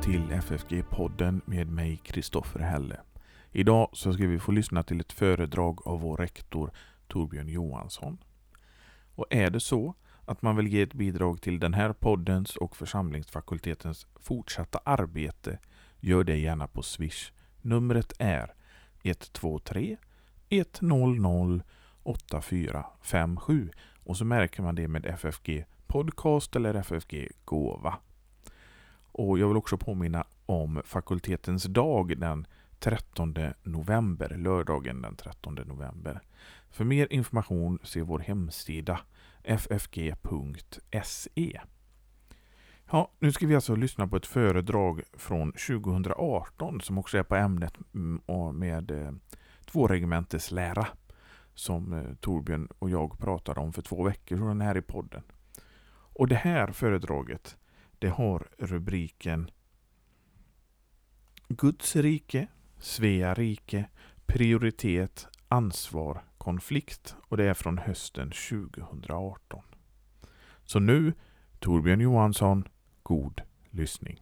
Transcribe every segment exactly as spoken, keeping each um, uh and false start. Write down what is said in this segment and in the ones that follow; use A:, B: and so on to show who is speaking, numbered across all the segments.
A: till F F G-podden med mig, Kristoffer Helle. Idag så ska vi få lyssna till ett föredrag av vår rektor Torbjörn Johansson. Och är det så att man vill ge ett bidrag till den här poddens och församlingsfakultetens fortsatta arbete, gör det gärna på Swish. Numret är ett två tre ett noll noll åtta fyra fem sju och så märker man det med F F G podcast eller F F G gåva. Och jag vill också påminna om fakultetens dag den trettonde november, lördagen den trettonde november. För mer information se vår hemsida f f g punkt s e. Ja, nu ska vi alltså lyssna på ett föredrag från tjugohundraarton som också är på ämnet med eh, tvåregementeslära som eh, Torbjörn och jag pratade om för två veckor sedan här i podden. Och det här föredraget, det har rubriken Guds rike, Svea rike, prioritet, ansvar, konflikt, och det är från hösten tjugohundraarton. Så nu, Torbjörn Johansson, god lyssning.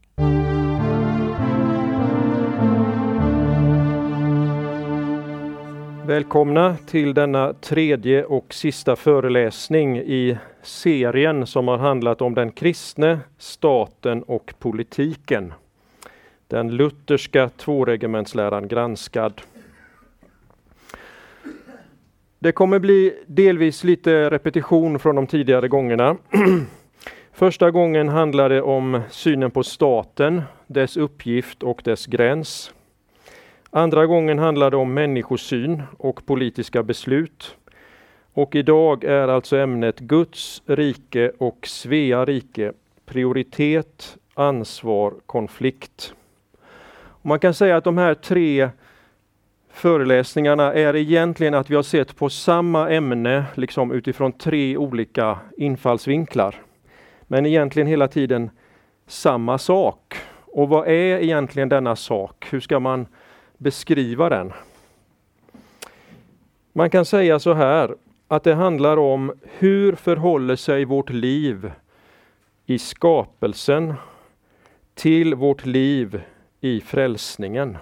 B: Välkomna till denna tredje och sista föreläsning i serien som har handlat om den kristne, staten och politiken. Den lutherska tvåregementsläran granskad. Det kommer bli delvis lite repetition från de tidigare gångerna. Första gången handlade om synen på staten, dess uppgift och dess gräns. Andra gången handlade om människosyn och politiska beslut. Och idag är alltså ämnet Guds rike och Svea rike, prioritet, ansvar, konflikt. Och man kan säga att de här tre föreläsningarna är egentligen att vi har sett på samma ämne liksom utifrån tre olika infallsvinklar. Men egentligen hela tiden samma sak. Och vad är egentligen denna sak? Hur ska man beskriva den? Man kan säga så här att det handlar om hur förhåller sig vårt liv i skapelsen till vårt liv i frälsningen.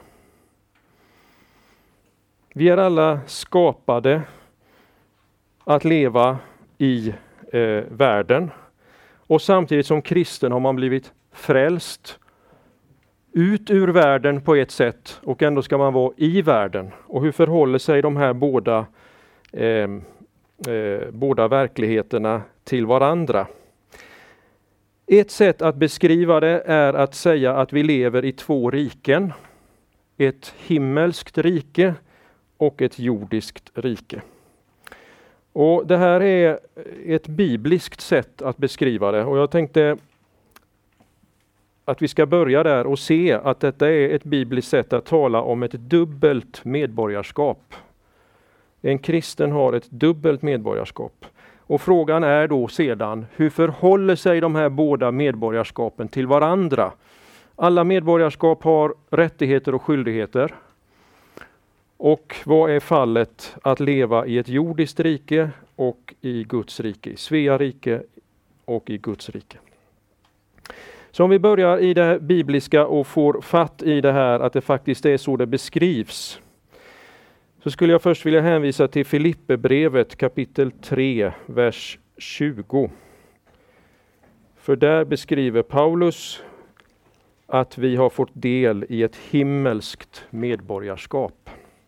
B: Vi är alla skapade att leva i eh, världen, och samtidigt som kristen har man blivit frälst ut ur världen på ett sätt, och ändå ska man vara i världen. Och hur förhåller sig de här båda, eh, eh, båda verkligheterna till varandra? Ett sätt att beskriva det är att säga att vi lever i två riken. Ett himmelskt rike och ett jordiskt rike. Och det här är ett bibliskt sätt att beskriva det. Och jag tänkte att vi ska börja där och se att detta är ett bibliskt sätt att tala om ett dubbelt medborgarskap. En kristen har ett dubbelt medborgarskap. Och frågan är då sedan, hur förhåller sig de här båda medborgarskapen till varandra? Alla medborgarskap har rättigheter och skyldigheter. Och vad är fallet att leva i ett jordiskt rike och i Guds rike, i Svea rike och i Guds rike? Så om vi börjar i det bibliska och får fatt i det här att det faktiskt är så det beskrivs, så skulle jag först vilja hänvisa till Filipperbrevet kapitel tre, vers tjugo. För där beskriver Paulus att vi har fått del i ett himmelskt medborgarskap.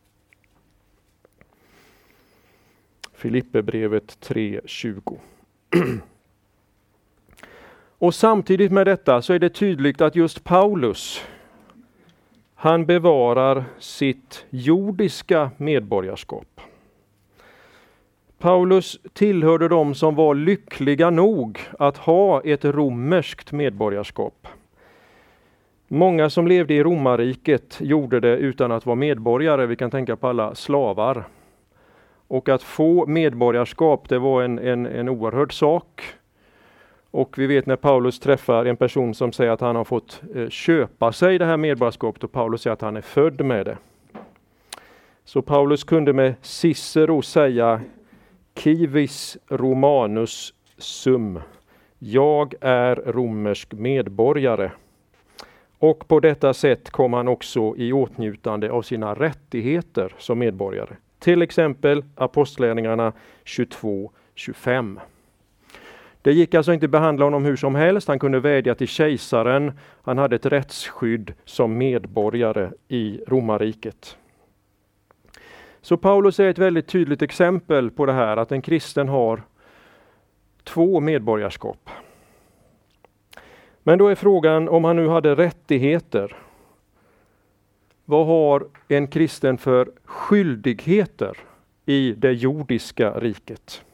B: Filipperbrevet tre tjugo. Och samtidigt med detta så är det tydligt att just Paulus, han bevarar sitt jordiska medborgarskap. Paulus tillhörde de som var lyckliga nog att ha ett romerskt medborgarskap. Många som levde i romarriket gjorde det utan att vara medborgare. Vi kan tänka på alla slavar. Och att få medborgarskap, det var en, en, en oerhörd sak. Och vi vet när Paulus träffar en person som säger att han har fått eh, köpa sig det här medborgarskapet, och Paulus säger att han är född med det. Så Paulus kunde med Cicero säga Civis Romanus sum. Jag är romersk medborgare. Och på detta sätt kom han också i åtnjutande av sina rättigheter som medborgare. Till exempel Apostlagärningarna tjugotvå tjugofem. Det gick alltså inte att behandla honom hur som helst. Han kunde vädja till kejsaren. Han hade ett rättsskydd som medborgare i romarriket. Så Paulus är ett väldigt tydligt exempel på det här, att en kristen har två medborgarskap. Men då är frågan, om han nu hade rättigheter, vad har en kristen för skyldigheter i det jordiska riket?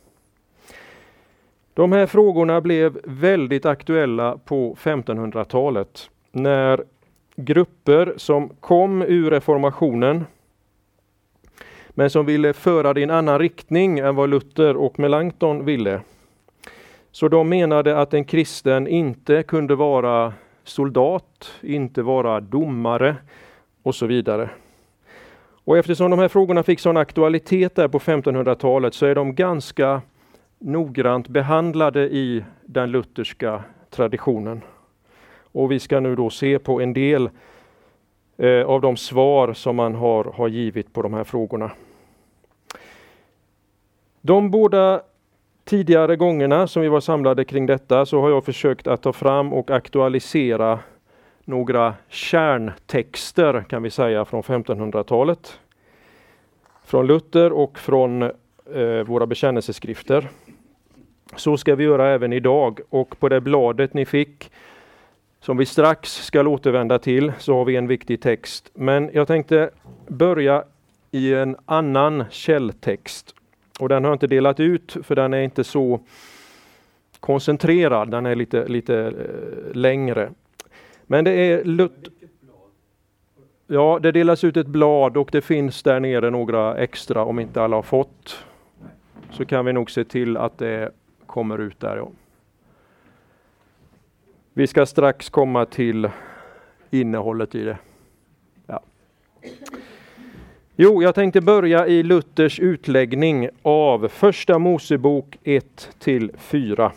B: De här frågorna blev väldigt aktuella på femtonhundratalet när grupper som kom ur reformationen men som ville föra det i en annan riktning än vad Luther och Melanchthon ville. Så de menade att en kristen inte kunde vara soldat, inte vara domare och så vidare. Och eftersom de här frågorna fick sån aktualitet där på femtonhundratalet så är de ganska noggrant behandlade i den lutherska traditionen. Och vi ska nu då se på en del eh, av de svar som man har, har givit på de här frågorna. De båda tidigare gångerna som vi var samlade kring detta så har jag försökt att ta fram och aktualisera några kärntexter kan vi säga från femtonhundratalet. Från Luther och från eh, våra bekännelseskrifter. Så ska vi göra även idag, och på det bladet ni fick som vi strax ska återvända till så har vi en viktig text. Men jag tänkte börja i en annan källtext. Och den har jag inte delat ut för den är inte så koncentrerad, den är lite, lite eh, längre. Men det är Lut- Ja, det delas ut ett blad och det finns där nere några extra om inte alla har fått. Så kan vi nog se till att det kommer ut där. Ja. Vi ska strax komma till innehållet i det. Ja. Jo, jag tänkte börja i Luthers utläggning av Första Mosebok ett till fyra.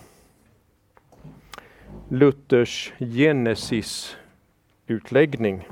B: Luthers Genesis-utläggning.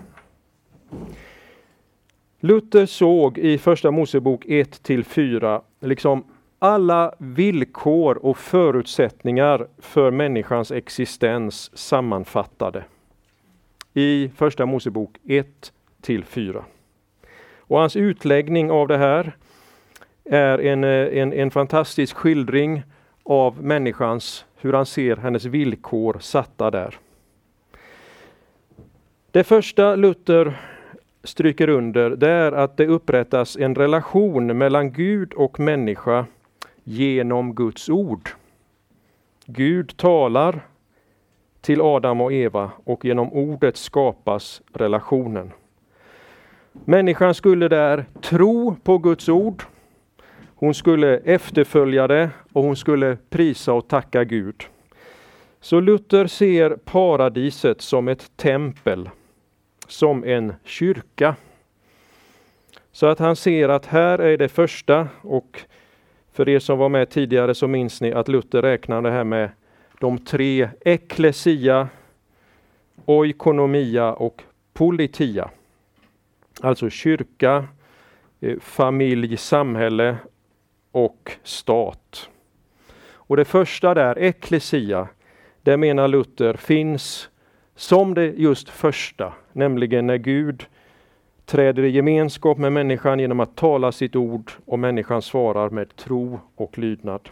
B: Luther såg i Första Mosebok ett till fyra liksom alla villkor och förutsättningar för människans existens sammanfattade i Första Mosebok ett till fyra. Och hans utläggning av det här är en, en, en fantastisk skildring av människans, hur han ser hennes villkor satta där. Det första Luther stryker under, det är att det upprättas en relation mellan Gud och människa genom Guds ord. Gud talar till Adam och Eva och genom ordet skapas relationen. Människan skulle där tro på Guds ord. Hon skulle efterfölja det och hon skulle prisa och tacka Gud. Så Luther ser paradiset som ett tempel, som en kyrka. Så att han ser att här är det första, och för er som var med tidigare så minns ni att Luther räknar det här med de tre ekklesia, oikonomia och politia. Alltså kyrka, familj, samhälle och stat. Och det första där, ekklesia, det menar Luther finns som det just första, nämligen när Gud träder i gemenskap med människan genom att tala sitt ord och människan svarar med tro och lydnad.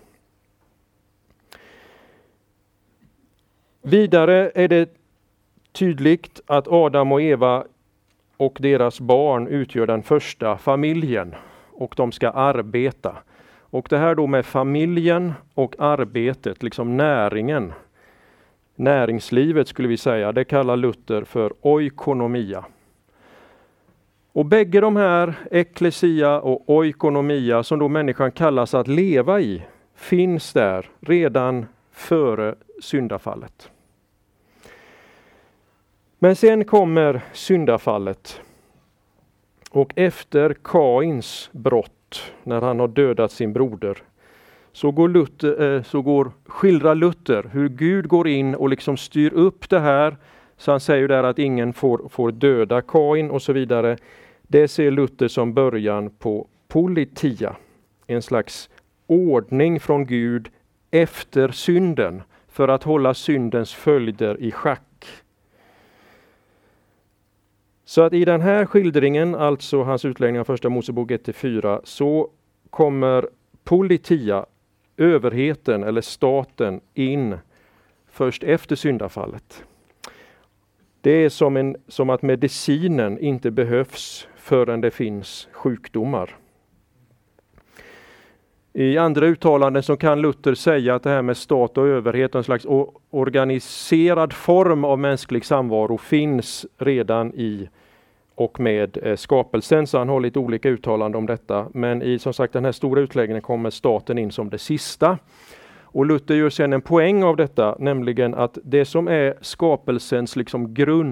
B: Vidare är det tydligt att Adam och Eva och deras barn utgör den första familjen och de ska arbeta. Och det här då med familjen och arbetet, liksom näringen, näringslivet skulle vi säga, det kallar Luther för oikonomia. Och bägge de här, ekklesia och oikonomia, som då människan kallas att leva i, finns där redan före syndafallet. Men sen kommer syndafallet. Och efter Kains brott, när han har dödat sin broder, så går, Luther, så går skildrar Luther hur Gud går in och liksom styr upp det här Så han säger där att ingen får, får döda Kain och så vidare. Det ser Luther som början på politia. En slags ordning från Gud efter synden för att hålla syndens följder i schack. Så att i den här skildringen, alltså hans utläggning av första Mosebok ett till fyra, så kommer politia, överheten eller staten, in först efter syndafallet. Det är som, en, som att medicinen inte behövs förrän det finns sjukdomar. I andra uttalanden så kan Luther säga att det här med stat och överhet, en slags organiserad form av mänsklig samvaro, finns redan i och med skapelsen. Så han har lite olika uttalanden om detta. Men i som sagt den här stora utläggningen kommer staten in som det sista. Och Luther gör sedan en poäng av detta, nämligen att det som är skapelsens liksom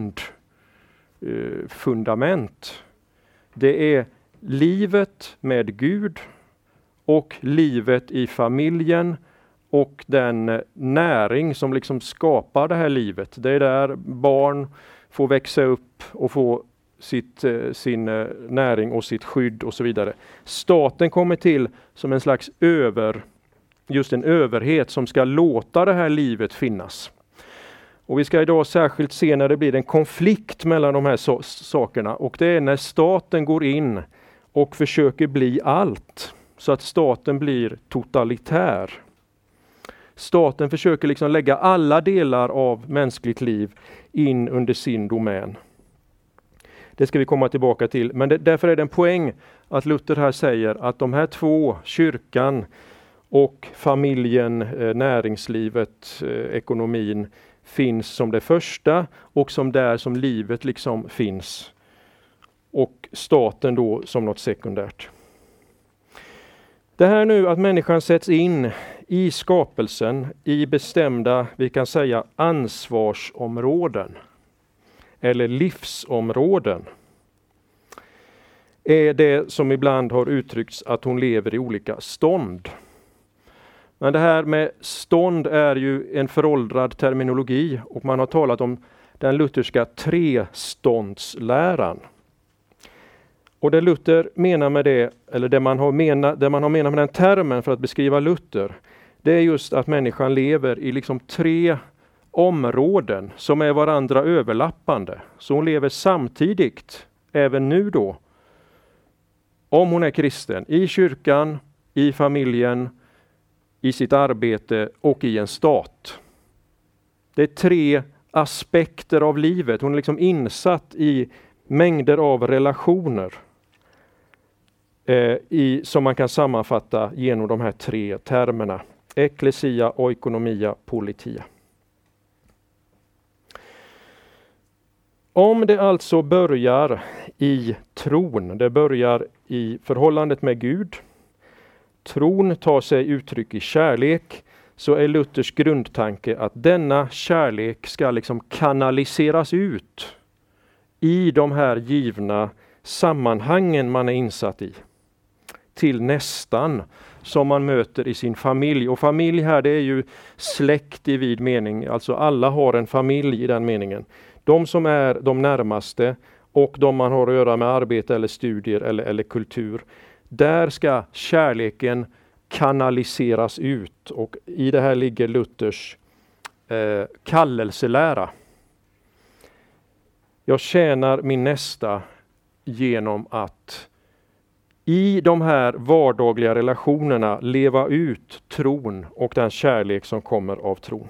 B: grundfundament, det är livet med Gud och livet i familjen och den näring som liksom skapar det här livet. Det är där barn får växa upp och få sitt, sin näring och sitt skydd och så vidare. Staten kommer till som en slags över, just en överhet som ska låta det här livet finnas. Och vi ska idag särskilt se när det blir en konflikt mellan de här so- sakerna. Och det är när staten går in och försöker bli allt. Så att staten blir totalitär. Staten försöker liksom lägga alla delar av mänskligt liv in under sin domän. Det ska vi komma tillbaka till. Men det, därför är det en poäng att Luther här säger att de här två, kyrkan och familjen, eh, näringslivet, eh, ekonomin, finns som det första och som där som livet liksom finns. Och staten då som något sekundärt. Det här nu att människan sätts in i skapelsen i bestämda, vi kan säga, ansvarsområden eller livsområden, är det som ibland har uttryckts att hon lever i olika stånd. Men det här med stånd är ju en föråldrad terminologi och man har talat om den lutherska treståndsläran. Och det Luther menar med det, eller det man har menat, det man har menat med den termen för att beskriva Luther, det är just att människan lever i liksom tre områden som är varandra överlappande. Så hon lever samtidigt, även nu då, om hon är kristen, i kyrkan, i familjen, i sitt arbete och i en stat. Det är tre aspekter av livet. Hon är liksom insatt i mängder av relationer eh, i, som man kan sammanfatta genom de här tre termerna. Ecclesia, oikonomia, politia. Om det alltså börjar i tron, det börjar i förhållandet med Gud, tron tar sig uttryck i kärlek, så är Luthers grundtanke att denna kärlek ska liksom kanaliseras ut i de här givna sammanhangen man är insatt i. Till nästan som man möter i sin familj. Och familj här, det är ju släkt i vid mening, alltså alla har en familj i den meningen. De som är de närmaste och de man har att göra med arbete eller studier eller, eller kultur. Där ska kärleken kanaliseras ut, och i det här ligger Luthers eh, kallelselära. Jag tjänar min nästa genom att i de här vardagliga relationerna leva ut tron och den kärlek som kommer av tron.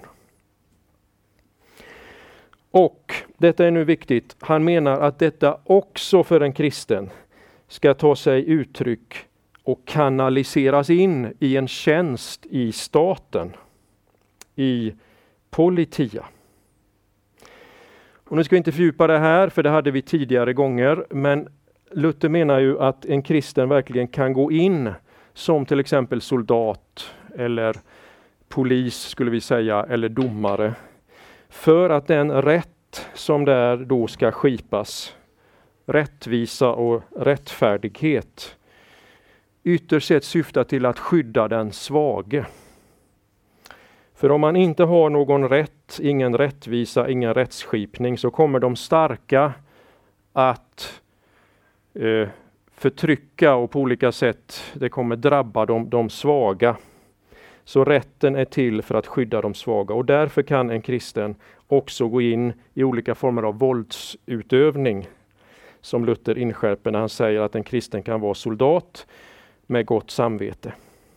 B: Och detta är nu viktigt. Han menar att detta också för en kristen ska ta sig uttryck och kanaliseras in i en tjänst i staten, i politia. Och nu ska vi inte fördjupa det här, för det hade vi tidigare gånger, men Luther menar ju att en kristen verkligen kan gå in som till exempel soldat eller polis skulle vi säga, eller domare, för att den rätt som där då ska skipas, rättvisa och rättfärdighet, ytterst sett syftar till att skydda den svage. För om man inte har någon rätt rätt, ingen rättvisa, ingen rättsskipning, så kommer de starka att eh, förtrycka och på olika sätt, det kommer drabba de, de svaga. Så rätten är till för att skydda de svaga, och därför kan en kristen också gå in i olika former av våldsutövning, som Luther inskärper när han säger att en kristen kan vara soldat med gott samvete.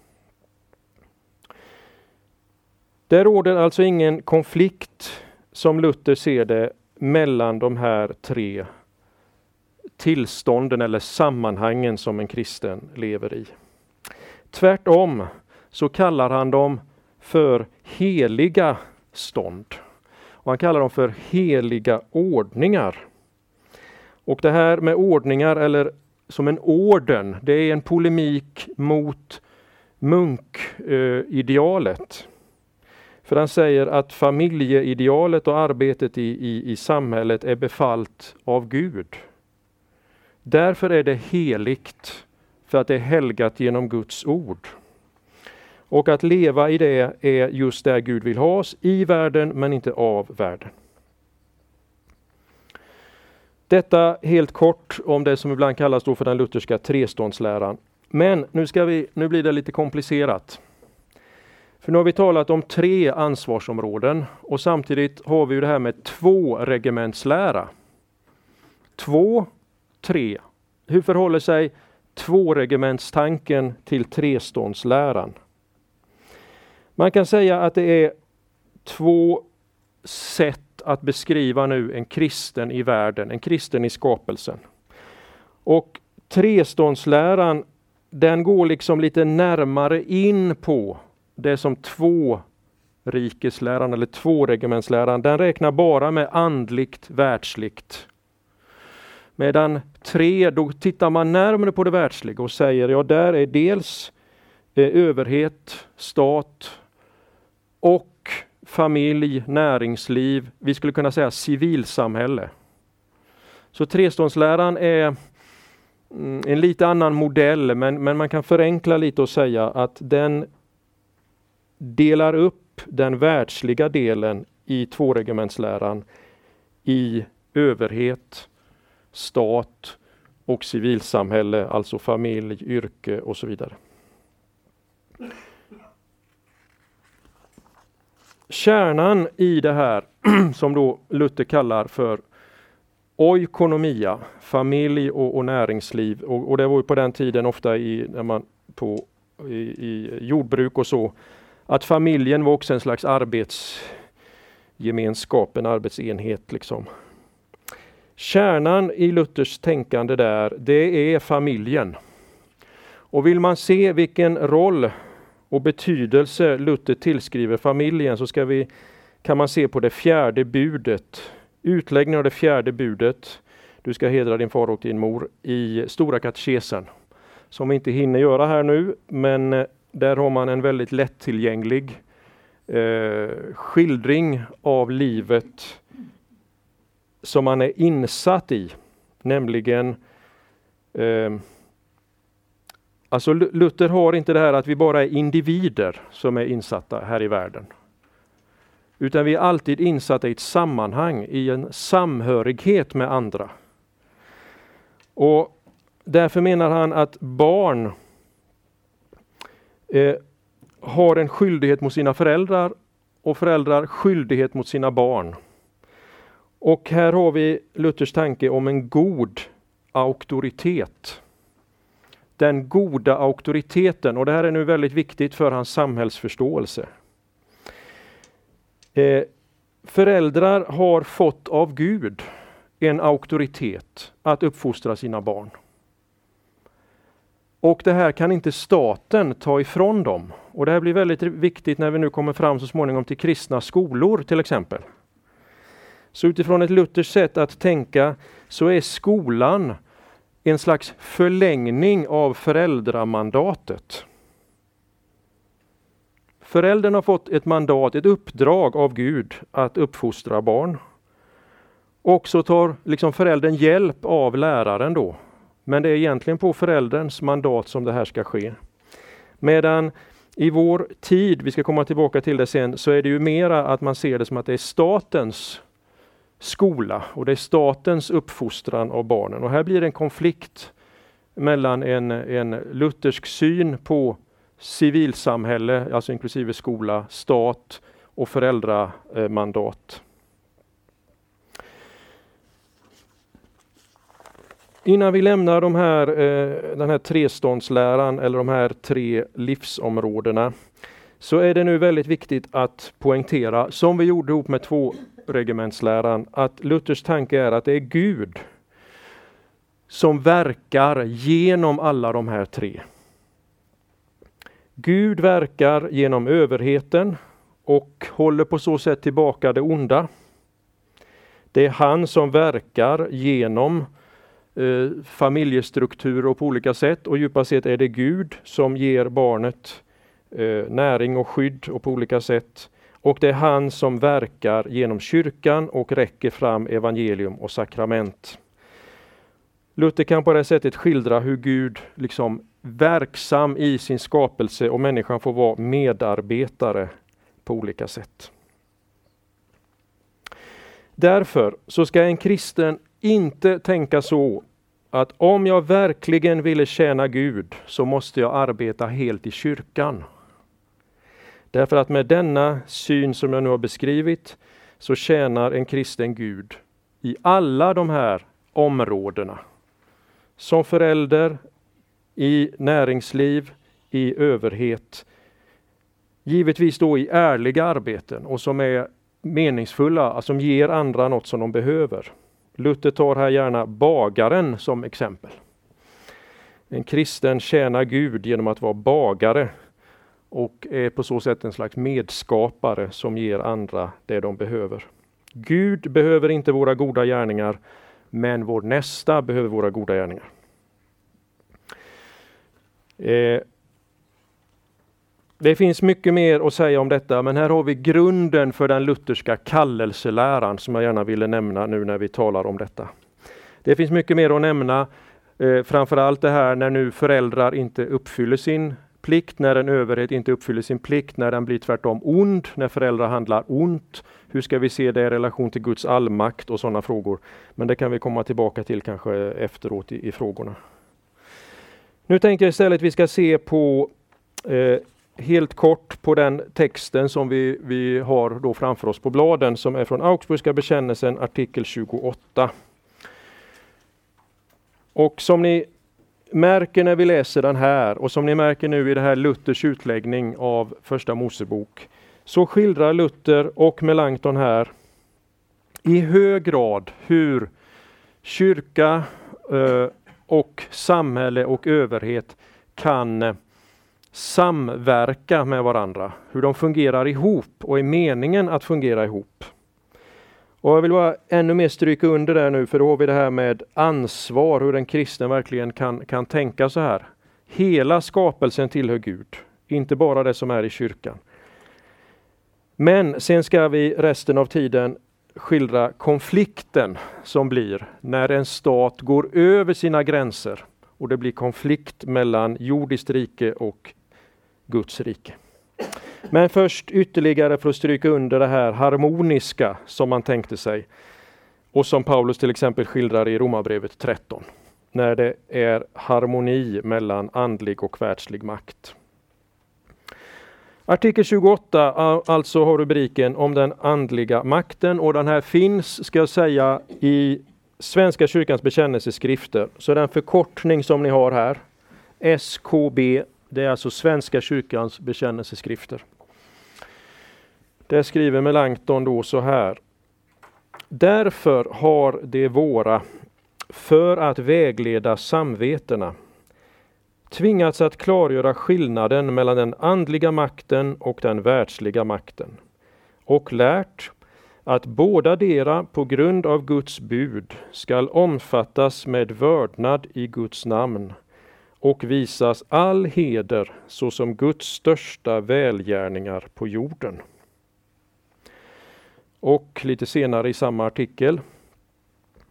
B: Det råder alltså ingen konflikt, som Luther ser det, mellan de här tre tillstånden eller sammanhangen som en kristen lever i. Tvärtom så kallar han dem för heliga stånd. Och han kallar dem för heliga ordningar. Och det här med ordningar, eller som en orden, det är en polemik mot munkidealet. För han säger att familjeidealet och arbetet i, i, i samhället är befallt av Gud. Därför är det heligt, för att det är helgat genom Guds ord. Och att leva i det är just där Gud vill ha oss, i världen men inte av världen. Detta helt kort om det som ibland kallas då för den lutherska treståndsläran. Men nu, ska vi, nu blir det lite komplicerat. För nu har vi talat om tre ansvarsområden, och samtidigt har vi ju det här med två regementslära. Två, tre. Hur förhåller sig tvåregementstanken till treståndsläran? Man kan säga att det är två sätt att beskriva nu en kristen i världen, en kristen i skapelsen. Och treståndsläran, den går liksom lite närmare in på det som två rikesläran eller tvåregementsläran, den räknar bara med andligt, världsligt. Medan tre, då tittar man närmare på det världsliga och säger, ja, där är dels eh, överhet, stat och familj, näringsliv, vi skulle kunna säga civilsamhälle. Så treståndsläran är mm, en lite annan modell, men, men man kan förenkla lite och säga att den delar upp den världsliga delen i tvåregementsläran i överhet, stat och civilsamhälle, alltså familj, yrke och så vidare. Kärnan i det här som då Luther kallar för oikonomia, familj och, och näringsliv, och, och det var ju på den tiden ofta i, när man på, i, i jordbruk och så, att familjen var också en slags arbetsgemenskap, en arbetsenhet liksom. Kärnan i Luthers tänkande där, det är familjen. Och vill man se vilken roll och betydelse Luther tillskriver familjen, så ska vi, kan man se på det fjärde budet. Utläggning av det fjärde budet. Du ska hedra din far och din mor i Stora katekesen. Som vi inte hinner göra här nu, men där har man en väldigt lättillgänglig eh, skildring av livet som man är insatt i. Nämligen eh, Alltså Luther har inte det här att vi bara är individer som är insatta här i världen. Utan vi är alltid insatta i ett sammanhang, i en samhörighet med andra. Och därför menar han att barn eh, har en skyldighet mot sina föräldrar och föräldrar skyldighet mot sina barn. Och här har vi Luthers tanke om en god auktoritet. Den goda auktoriteten, och det här är nu väldigt viktigt för hans samhällsförståelse. Eh, föräldrar har fått av Gud en auktoritet att uppfostra sina barn. Och det här kan inte staten ta ifrån dem. Och det här blir väldigt viktigt när vi nu kommer fram så småningom till kristna skolor till exempel. Så utifrån ett Luthers sätt att tänka så är skolan en slags förlängning av föräldramandatet. Föräldern har fått ett mandat, ett uppdrag av Gud att uppfostra barn. Och så tar liksom föräldern hjälp av läraren då. Men det är egentligen på förälderns mandat som det här ska ske. Medan I vår tid, vi ska komma tillbaka till det sen, så är det ju mera att man ser det som att det är statens skola och det är statens uppfostran av barnen. Och här blir det en konflikt mellan en, en luthersk syn på civilsamhälle, alltså inklusive skola, stat och föräldramandat. Innan vi lämnar de här, den här treståndsläran eller de här tre livsområdena, så är det nu väldigt viktigt att poängtera, som vi gjorde ihop med två regementsläran, att Luthers tanke är att det är Gud som verkar genom alla de här tre. Gud verkar genom överheten och håller på så sätt tillbaka det onda. Det är han som verkar genom eh, familjestrukturer och på olika sätt, och djupast sett är det Gud som ger barnet eh, näring och skydd och på olika sätt. Och det är han som verkar genom kyrkan och räcker fram evangelium och sakrament. Luther kan på det sättet skildra hur Gud liksom verksam i sin skapelse och människan får vara medarbetare på olika sätt. Därför så ska en kristen inte tänka så att om jag verkligen ville tjäna Gud så måste jag arbeta helt i kyrkan. Därför att med denna syn som jag nu har beskrivit så tjänar en kristen Gud i alla de här områdena. Som förälder, i näringsliv, i överhet. Givetvis då i ärliga arbeten och som är meningsfulla, som ger andra något som de behöver. Luther tar här gärna bagaren som exempel. En kristen tjänar Gud genom att vara bagare och är på så sätt en slags medskapare som ger andra det de behöver. Gud behöver inte våra goda gärningar, men vår nästa behöver våra goda gärningar. Eh, det finns mycket mer att säga om detta, men här har vi grunden för den lutherska kallelseläran som jag gärna ville nämna nu när vi talar om detta. Det finns mycket mer att nämna, eh, framförallt det här när nu föräldrar inte uppfyller sin plikt, när en överhet inte uppfyller sin plikt, när den blir tvärtom ond, när föräldrar handlar ont. Hur ska vi se det i relation till Guds allmakt och sådana frågor? Men det kan vi komma tillbaka till kanske efteråt i, i frågorna. Nu tänkte jag istället att vi ska se på eh, helt kort på den texten som vi, vi har då framför oss på bladen, som är från Augsburgska bekännelsen, artikel tjugoåtta. Och som ni märker när vi läser den här, och som ni märker nu i det här Luthers utläggning av Första Mosebok, så skildrar Luther och Melanchthon här i hög grad hur kyrka eh, och samhälle och överhet kan samverka med varandra. Hur de fungerar ihop och är meningen att fungera ihop. Och jag vill bara ännu mer stryka under där nu, för då har vi det här med ansvar, hur en kristen verkligen kan, kan tänka så här. Hela skapelsen tillhör Gud, inte bara det som är i kyrkan. Men sen ska vi resten av tiden skildra konflikten som blir när en stat går över sina gränser och det blir konflikt mellan jordiskt rike och Guds rike. Men först ytterligare för att stryka under det här harmoniska som man tänkte sig och som Paulus till exempel skildrar i Romarbrevet tretton. När det är harmoni mellan andlig och världslig makt. Artikel tjugoåtta alltså har rubriken om den andliga makten, och den här finns, ska jag säga, i Svenska kyrkans bekännelseskrifter. Så den förkortning som ni har här, S K B, det är alltså Svenska kyrkans bekännelseskrifter. Där skriver Melanchthon då så här: därför har det våra, för att vägleda samvetena, tvingats att klargöra skillnaden mellan den andliga makten och den världsliga makten, och lärt att båda dera på grund av Guds bud skall omfattas med vördnad i Guds namn och visas all heder såsom Guds största välgärningar på jorden. Och lite senare i samma artikel: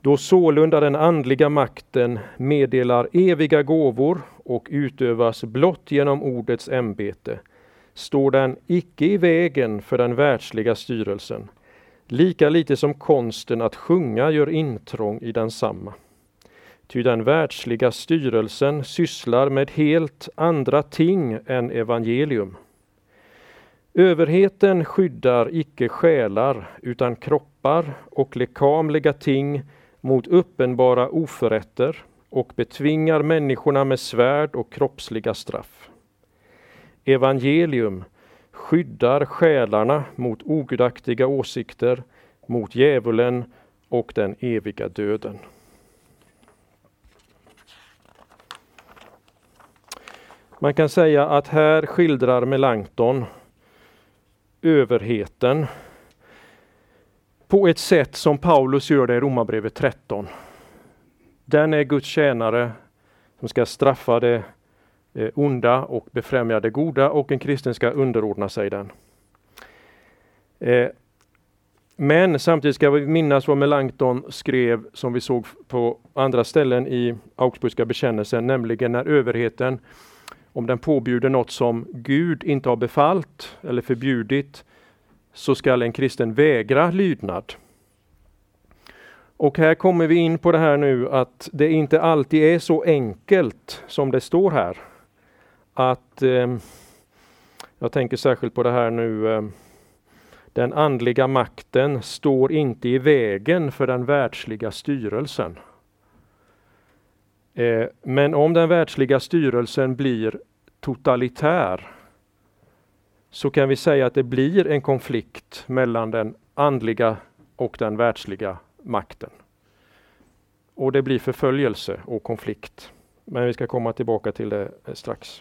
B: Då sålunda den andliga makten meddelar eviga gåvor och utövas blott genom ordets ämbete, står den icke i vägen för den världsliga styrelsen, lika lite som konsten att sjunga gör intrång i densamma. Ty den världsliga styrelsen sysslar med helt andra ting än evangelium. Överheten skyddar icke själar utan kroppar och lekamliga ting mot uppenbara oförrätter och betvingar människorna med svärd och kroppsliga straff. Evangelium skyddar själarna mot ogudaktiga åsikter, mot djävulen och den eviga döden. Man kan säga att här skildrar Melanchthon överheten på ett sätt som Paulus gör det i Romarbrevet tretton. Den är Guds tjänare som ska straffa det onda och befrämja det goda, och en kristen ska underordna sig den. Men samtidigt ska vi minnas vad Melanchthon skrev, som vi såg på andra ställen i Augsburgska bekännelsen, nämligen när överheten, om den påbjuder något som Gud inte har befallt eller förbjudit, så ska en kristen vägra lydnad. Och här kommer vi in på det här nu, att det inte alltid är så enkelt som det står här. Att, eh, jag tänker särskilt på det här nu, eh, den andliga makten står inte i vägen för den världsliga styrelsen. Eh, men om den världsliga styrelsen blir totalitär, så kan vi säga att det blir en konflikt mellan den andliga och den världsliga makten. Och det blir förföljelse och konflikt. Men vi ska komma tillbaka till det strax.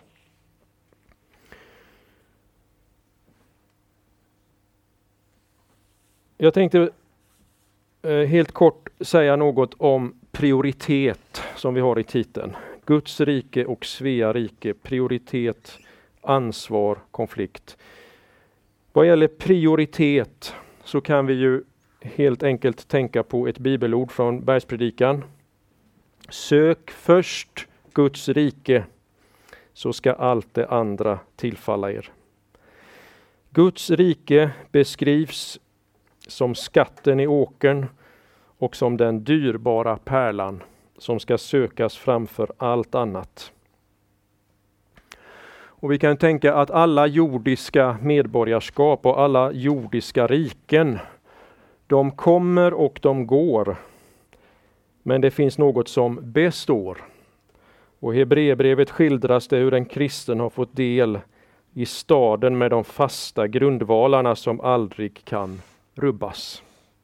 B: Jag tänkte eh, helt kort säga något om prioritet som vi har i titeln. Guds rike och Svea rike, prioritet, ansvar, konflikt. Vad gäller prioritet så kan vi ju helt enkelt tänka på ett bibelord från Bergspredikan. Sök först Guds rike, så ska allt det andra tillfalla er. Guds rike beskrivs som skatten i åkern och som den dyrbara pärlan som ska sökas framför allt annat. Och vi kan tänka att alla jordiska medborgarskap och alla jordiska riken, de kommer och de går. Men det finns något som består. Och i Hebreerbrevet skildras det hur en kristen har fått del i staden med de fasta grundvalarna som aldrig kan rubbas.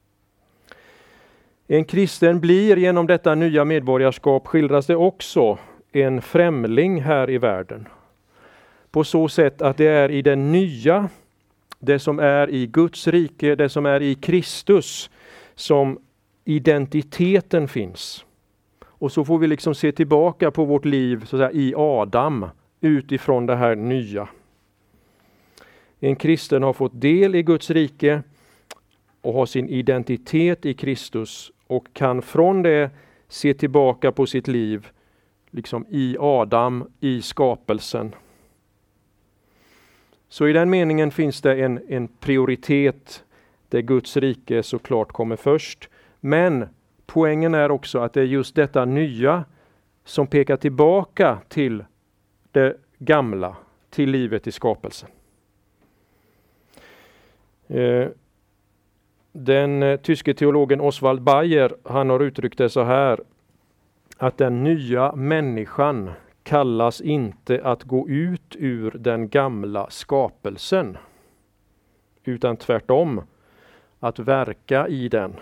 B: En kristen blir genom detta nya medborgarskap, skildras det också, en främling här i världen. På så sätt att det är i det nya, det som är i Guds rike, det som är i Kristus, som identiteten finns. Och så får vi liksom se tillbaka på vårt liv så att säga, i Adam, utifrån det här nya. En kristen har fått del i Guds rike och har sin identitet i Kristus och kan från det se tillbaka på sitt liv liksom i Adam, i skapelsen. Så i den meningen finns det en, en prioritet där Guds rike såklart kommer först. Men poängen är också att det är just detta nya som pekar tillbaka till det gamla, till livet i skapelsen. Eh, Den eh, tyske teologen Oswald Bayer, han har uttryckt det så här, att den nya människan kallas inte att gå ut ur den gamla skapelsen, utan tvärtom att verka i den.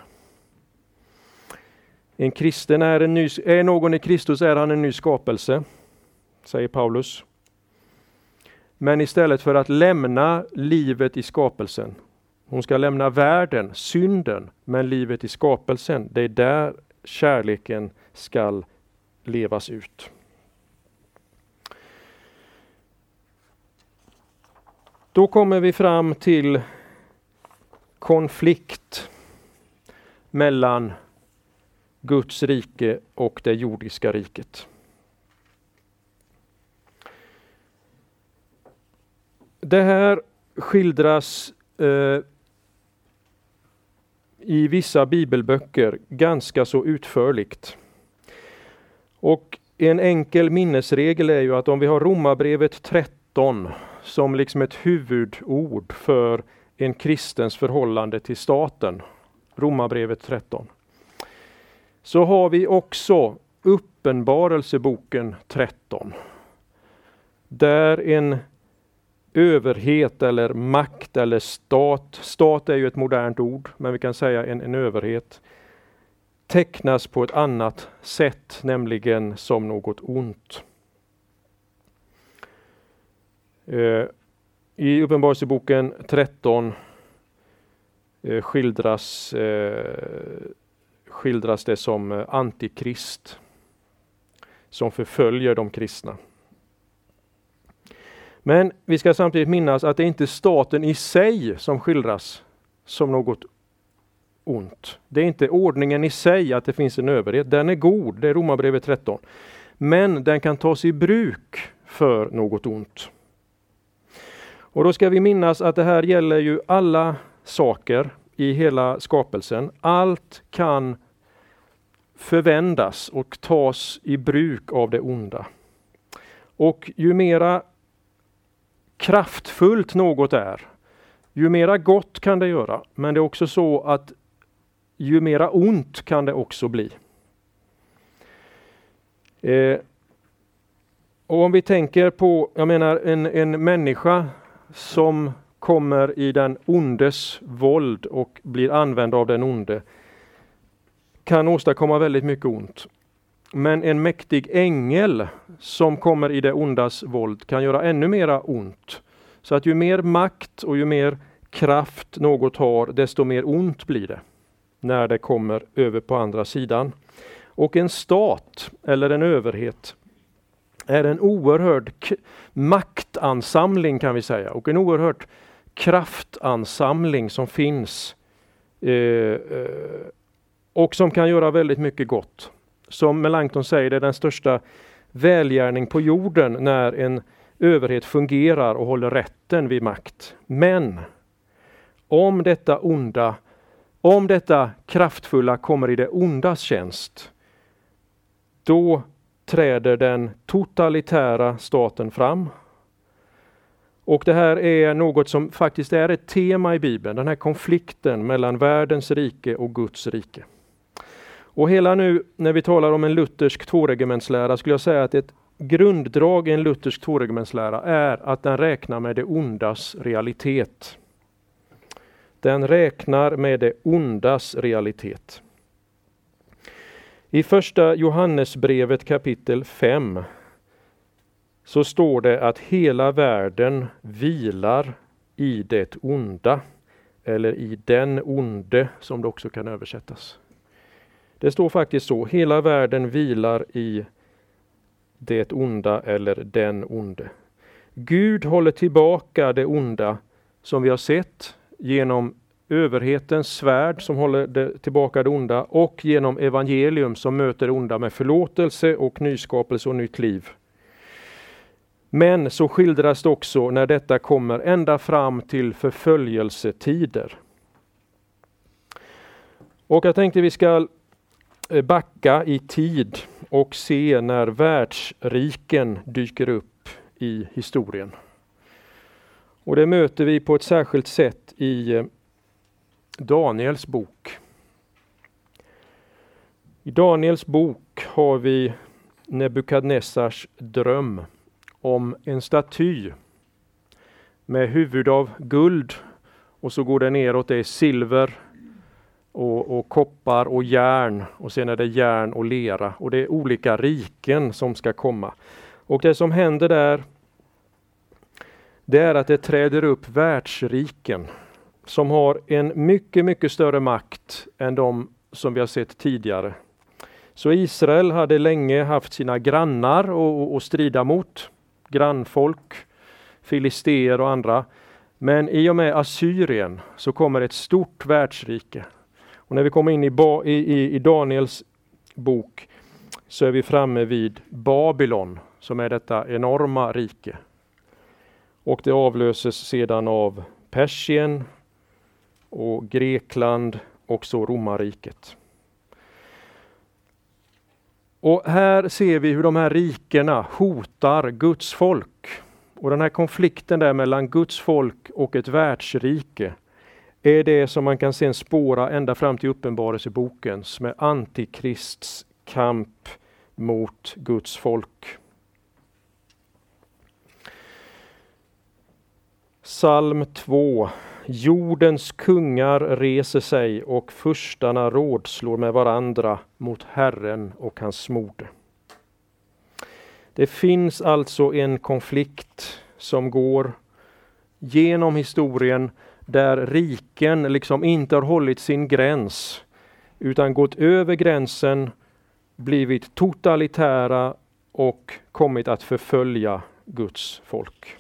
B: En kristen är en ny, är någon i Kristus är han en ny skapelse, säger Paulus. Men istället för att lämna livet i skapelsen, hon ska lämna världen, synden, men livet i skapelsen, det är där kärleken ska levas ut. Då kommer vi fram till konflikt mellan Guds rike och det jordiska riket. Det här skildras eh, i vissa bibelböcker ganska så utförligt. Och en enkel minnesregel är ju att om vi har Romarbrevet tretton som liksom ett huvudord för en kristens förhållande till staten, Romarbrevet tretton, så har vi också Uppenbarelseboken tretton, där en överhet eller makt eller stat, stat är ju ett modernt ord, men vi kan säga en, en överhet, tecknas på ett annat sätt, nämligen som något ont. Eh, I Uppenbarelseboken tretton eh, skildras, eh, skildras det som antikrist, som förföljer de kristna. Men vi ska samtidigt minnas att det inte är staten i sig som skildras som något ont. Det är inte ordningen i sig att det finns en överhet. Den är god, det är Romarbrevet tretton. Men den kan tas i bruk för något ont. Och då ska vi minnas att det här gäller ju alla saker i hela skapelsen. Allt kan förvändas och tas i bruk av det onda. Och ju mera kraftfullt något är, ju mera gott kan det göra. Men det är också så att ju mera ont kan det också bli. Eh, och om vi tänker på, jag menar en, en människa som kommer i den ondes våld och blir använd av den onde, kan åstadkomma väldigt mycket ont. Men en mäktig ängel som kommer i det ondas våld kan göra ännu mera ont. Så att ju mer makt och ju mer kraft något har, desto mer ont blir det när det kommer över på andra sidan. Och en stat eller en överhet är en oerhörd k- maktansamling kan vi säga, och en oerhörd kraftansamling som finns eh, eh, och som kan göra väldigt mycket gott. Som Melanchthon säger, det är den största välgärning på jorden när en överhet fungerar och håller rätten vid makt. Men om detta onda, om detta kraftfulla kommer i det ondas tjänst, då träder den totalitära staten fram. Och det här är något som faktiskt är ett tema i Bibeln, den här konflikten mellan världens rike och Guds rike. Och hela nu när vi talar om en luthersk tvåregementslära skulle jag säga att ett grunddrag i en luthersk tvåregementslära är att den räknar med det ondas realitet. Den räknar med det ondas realitet. I första Johannesbrevet kapitel fem så står det att hela världen vilar i det onda, eller i den onde som det också kan översättas. Det står faktiskt så, hela världen vilar i det onda eller den onde. Gud håller tillbaka det onda som vi har sett genom överhetens svärd som håller det tillbaka det onda och genom evangelium som möter det onda med förlåtelse och nyskapelse och nytt liv. Men så skildras det också när detta kommer ända fram till förföljelsetider. Och jag tänkte vi ska backa i tid och se när världsriken dyker upp i historien. Och det möter vi på ett särskilt sätt i Daniels bok. I Daniels bok har vi Nebukadnessars dröm om en staty med huvud av guld och så går det neråt, det är silver och, och koppar och järn och sen är det järn och lera och det är olika riken som ska komma. Och det som händer där, det är att det träder upp världsriken som har en mycket, mycket större makt än de som vi har sett tidigare. Så Israel hade länge haft sina grannar och, och strida mot, grannfolk, filister och andra. Men i och med Assyrien så kommer ett stort världsrike. Och när vi kommer in i, i, i Daniels bok så är vi framme vid Babylon, som är detta enorma rike. Och det avlöses sedan av Persien och Grekland och så romarriket. Och här ser vi hur de här rikena hotar Guds folk. Och den här konflikten där mellan Guds folk och ett världsrike är det som man kan sen spåra ända fram till Uppenbarelseboken med antikrists kamp mot Guds folk. Psalm två. Jordens kungar reser sig och furstarna rådslår med varandra mot Herren och hans smorde. Det finns alltså en konflikt som går genom historien där riken liksom inte har hållit sin gräns utan gått över gränsen, blivit totalitära och kommit att förfölja Guds folk.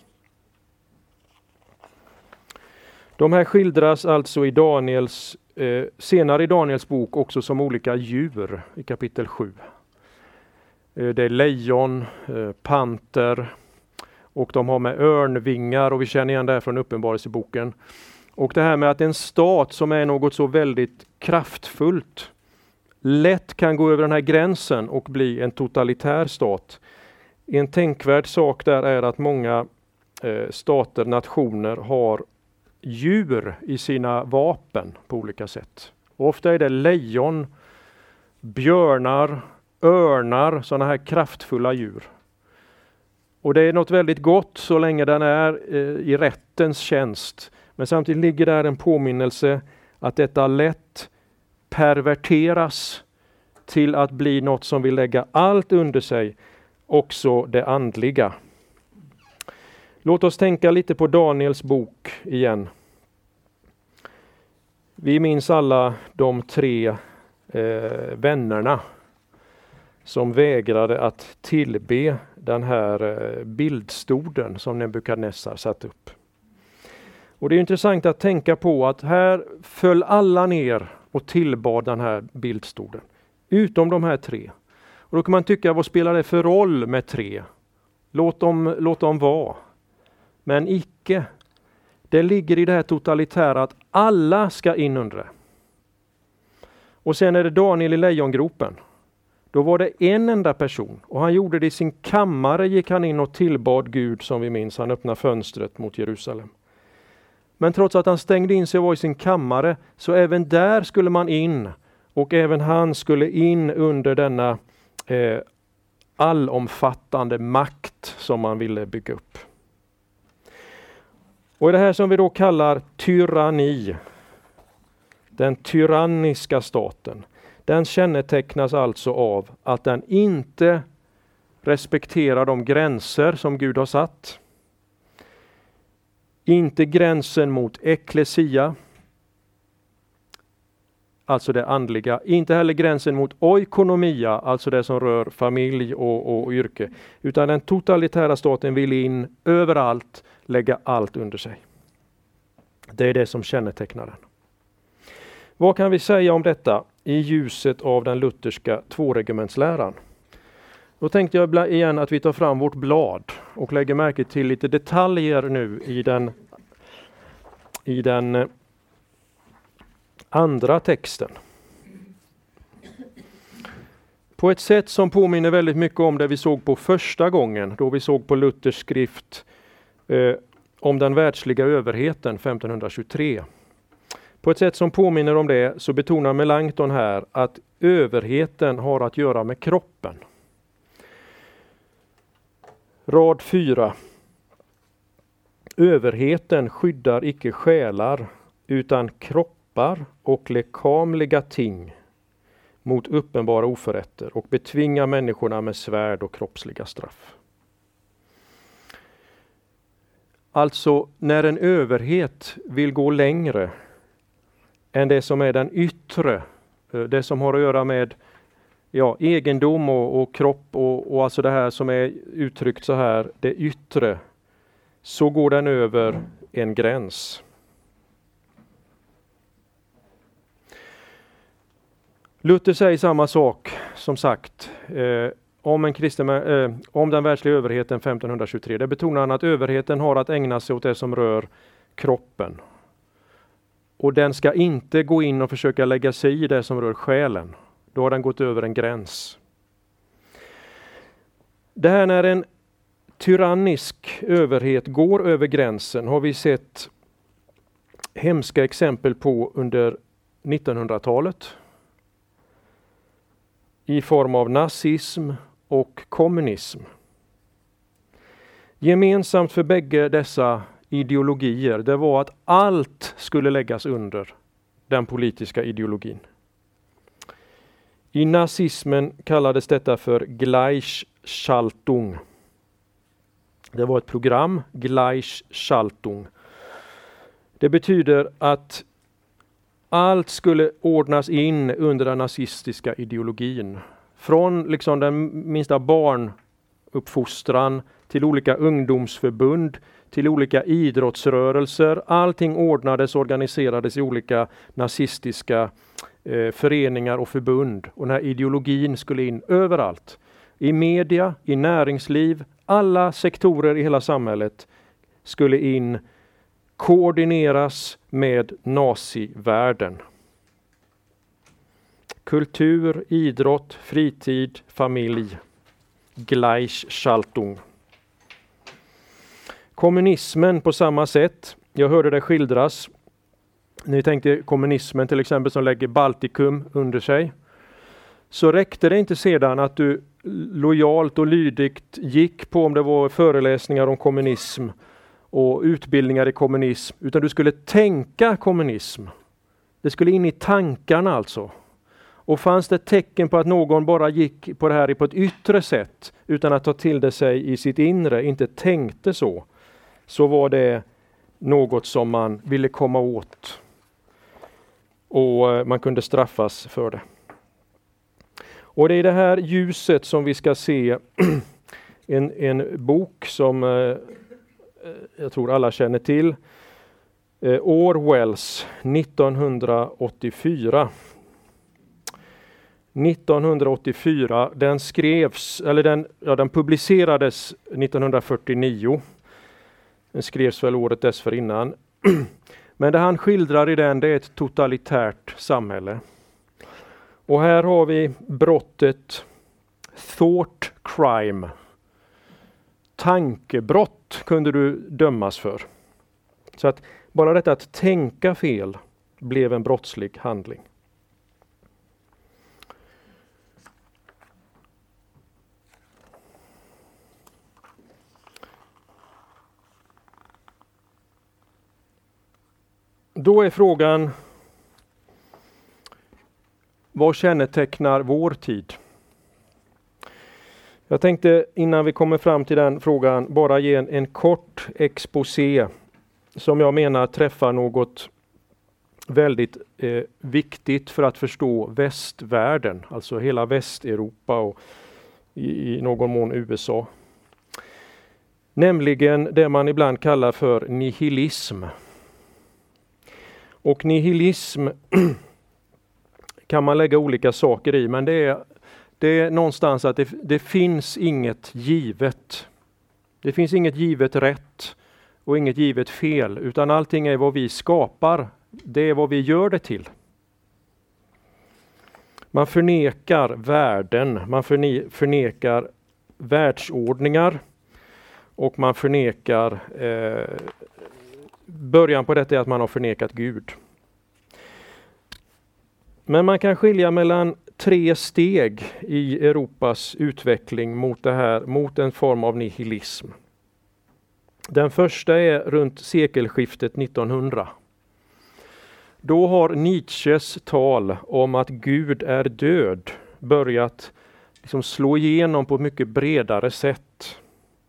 B: De här skildras alltså i Daniels, eh, senare i Daniels bok också som olika djur i kapitel sju. Eh, det är lejon, eh, panter och de har med örnvingar och vi känner igen det här från Uppenbarelseboken. Och det här med att en stat som är något så väldigt kraftfullt lätt kan gå över den här gränsen och bli en totalitär stat. En tänkvärd sak där är att många eh, stater, nationer har djur i sina vapen på olika sätt. Och ofta är det lejon, björnar, örnar, sådana här kraftfulla djur. Och det är något väldigt gott så länge den är eh, i rättens tjänst. Men samtidigt ligger där en påminnelse att detta lätt perverteras till att bli något som vill lägga allt under sig, också det andliga. Låt oss tänka lite på Daniels bok igen. Vi minns alla de tre eh, vännerna som vägrade att tillbe den här eh, bildstoden som Nebukadnessar satt upp. Och det är intressant att tänka på att här föll alla ner och tillbad den här bildstoden. Utom de här tre. Och då kan man tycka, vad spelar det för roll med tre? Låt dem, låt dem vara. Men icke. Det ligger i det här totalitära att alla ska in under det. Och sen är det Daniel i lejongropen. Då var det en enda person och han gjorde det i sin kammare, gick han in och tillbad Gud som vi minns. Han öppnade fönstret mot Jerusalem. Men trots att han stängde in sig och var i sin kammare så även där skulle man in och även han skulle in under denna eh, allomfattande makt som man ville bygga upp. Och det här som vi då kallar tyranni, den tyranniska staten, den kännetecknas alltså av att den inte respekterar de gränser som Gud har satt. Inte gränsen mot eklesia, alltså det andliga. Inte heller gränsen mot oikonomia, alltså det som rör familj och, och, och yrke. Utan den totalitära staten vill in överallt, lägga allt under sig. Det är det som kännetecknar den. Vad kan vi säga om detta i ljuset av den lutherska tvåregementsläran? Då tänkte jag igen att vi tar fram vårt blad och lägger märke till lite detaljer nu i den, i den andra texten. På ett sätt som påminner väldigt mycket om det vi såg på första gången, då vi såg på Luthers skrift eh, om den världsliga överheten femtonhundratjugotre. På ett sätt som påminner om det så betonar Melanchthon här att överheten har att göra med kroppen. Rad fyra. Överheten skyddar icke själar utan kroppar och lekamliga ting mot uppenbara oförrätter och betvingar människorna med svärd och kroppsliga straff. Alltså när en överhet vill gå längre än det som är den yttre, det som har att göra med ja, egendom och, och kropp och, och alltså det här som är uttryckt så här, det yttre, så går den över en gräns. Luther säger samma sak, som sagt, eh, om, en kristen, eh, om den världsliga överheten femtonhundratjugotre. Det betonar han att överheten har att ägna sig åt det som rör kroppen. Och den ska inte gå in och försöka lägga sig i det som rör själen. Då har den gått över en gräns. Det här när en tyrannisk överhet går över gränsen har vi sett hemska exempel på under nittonhundratalet. I form av nazism och kommunism. Gemensamt för bägge dessa ideologier, det var att allt skulle läggas under den politiska ideologin. I nazismen kallades detta för Gleichschaltung. Det var ett program, Gleichschaltung. Det betyder att allt skulle ordnas in under den nazistiska ideologin. Från liksom den minsta barnuppfostran till olika ungdomsförbund, till olika idrottsrörelser. Allting ordnades och organiserades i olika nazistiska eh, föreningar och förbund. Och den här ideologin skulle in överallt. I media, i näringsliv, alla sektorer i hela samhället skulle in, koordineras med nazivärlden. Kultur, idrott, fritid, familj. Gleichschaltung. Kommunismen på samma sätt. Jag hörde det skildras. Ni tänkte kommunismen till exempel som lägger Baltikum under sig. Så räckte det inte sedan att du lojalt och lydigt gick på om det var föreläsningar om kommunism och utbildningar i kommunism, utan du skulle tänka kommunism. Det skulle in i tankarna alltså. Och fanns det tecken på att någon bara gick på det här på ett yttre sätt utan att ta till det sig i sitt inre, inte tänkte så, så var det något som man ville komma åt. Och man kunde straffas för det. Och det är det här ljuset som vi ska se en, en bok som eh, jag tror alla känner till. Eh, Orwells nittonhundraåttiofyra. nittonhundraåttiofyra, den skrevs, eller den, ja, den publicerades nittonhundrafyrtionio. Den skrevs väl året dessförinnan. Men det han skildrar i den, det är ett totalitärt samhälle. Och här har vi brottet thought crime. Tankebrott kunde du dömas för. Så att bara detta att tänka fel blev en brottslig handling. Då är frågan, vad kännetecknar vår tid? Jag tänkte innan vi kommer fram till den frågan bara ge en, en kort exposé som jag menar träffar något väldigt eh, viktigt för att förstå västvärlden, alltså hela Västeuropa och i, i någon mån U S A. Nämligen det man ibland kallar för nihilism. Och nihilism kan man lägga olika saker i, men det är, det är någonstans att det, det finns inget givet. Det finns inget givet rätt och inget givet fel, utan allting är vad vi skapar. Det är vad vi gör det till. Man förnekar värden, man förnekar världsordningar och man förnekar eh, början på detta är att man har förnekat Gud. Men man kan skilja mellan tre steg i Europas utveckling mot det här, mot en form av nihilism. Den första är runt sekelskiftet nittonhundra. Då har Nietzsches tal om att Gud är död börjat liksom slå igenom på ett mycket bredare sätt.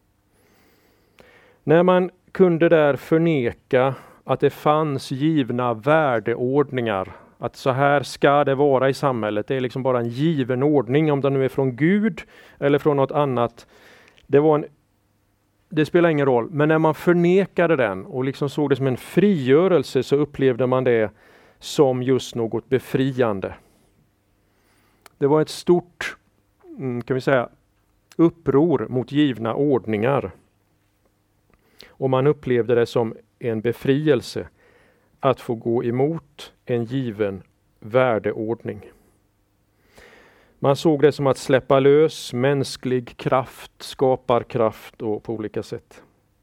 B: När man kunde där förneka att det fanns givna värdeordningar, att så här ska det vara i samhället. Det är liksom bara en given ordning, om det nu är från Gud eller från något annat. Det var en, det spelar ingen roll, men när man förnekade den och liksom såg det som en frigörelse så upplevde man det som just något befriande. Det var ett stort, kan vi säga, uppror mot givna ordningar. Och man upplevde det som en befrielse att få gå emot en given värdeordning. Man såg det som att släppa lös mänsklig kraft, skaparkraft och på olika sätt.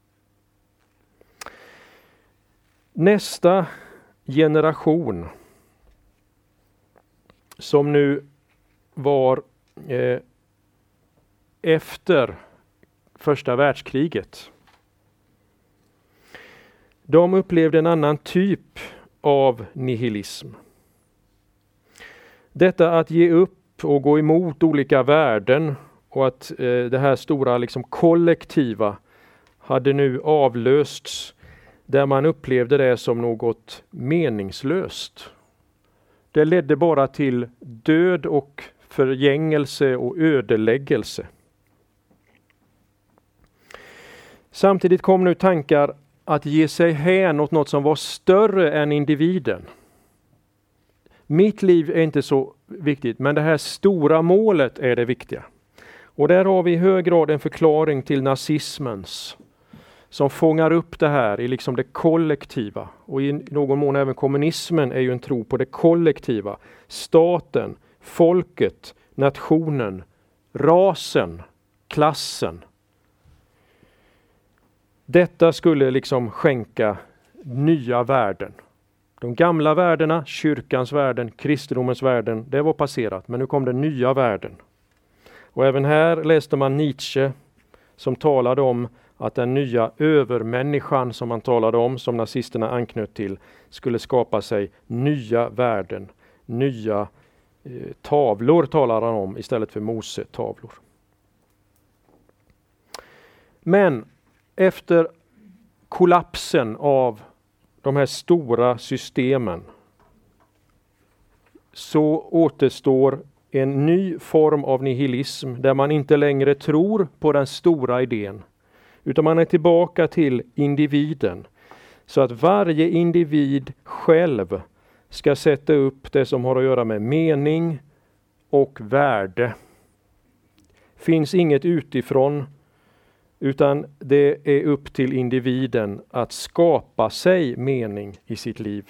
B: Nästa generation som nu var eh, efter första världskriget. De upplevde en annan typ av nihilism. Detta att ge upp och gå emot olika värden och att eh, det här stora liksom, kollektiva hade nu avlösts där man upplevde det som något meningslöst. Det ledde bara till död och förgängelse och ödeläggelse. Samtidigt kom nu tankar att ge sig hän åt något som var större än individen. Mitt liv är inte så viktigt, men det här stora målet är det viktiga. Och där har vi i hög grad en förklaring till nazismens, som fångar upp det här i liksom det kollektiva. Och i någon mån även kommunismen är ju en tro på det kollektiva. Staten, folket, nationen, rasen, klassen. Detta skulle liksom skänka nya värden. De gamla värdena, kyrkans värden, kristendomens värden, det var passerat. Men nu kom det nya värden. Och även här läste man Nietzsche som talade om att den nya övermänniskan som man talade om, som nazisterna anknöt till, skulle skapa sig nya värden, nya eh, tavlor talar han om istället för Mose-tavlor. Men efter kollapsen av de här stora systemen så återstår en ny form av nihilism där man inte längre tror på den stora idén, utan man är tillbaka till individen. Så att varje individ själv ska sätta upp det som har att göra med mening och värde. Finns inget utifrån, utan det är upp till individen att skapa sig mening i sitt liv.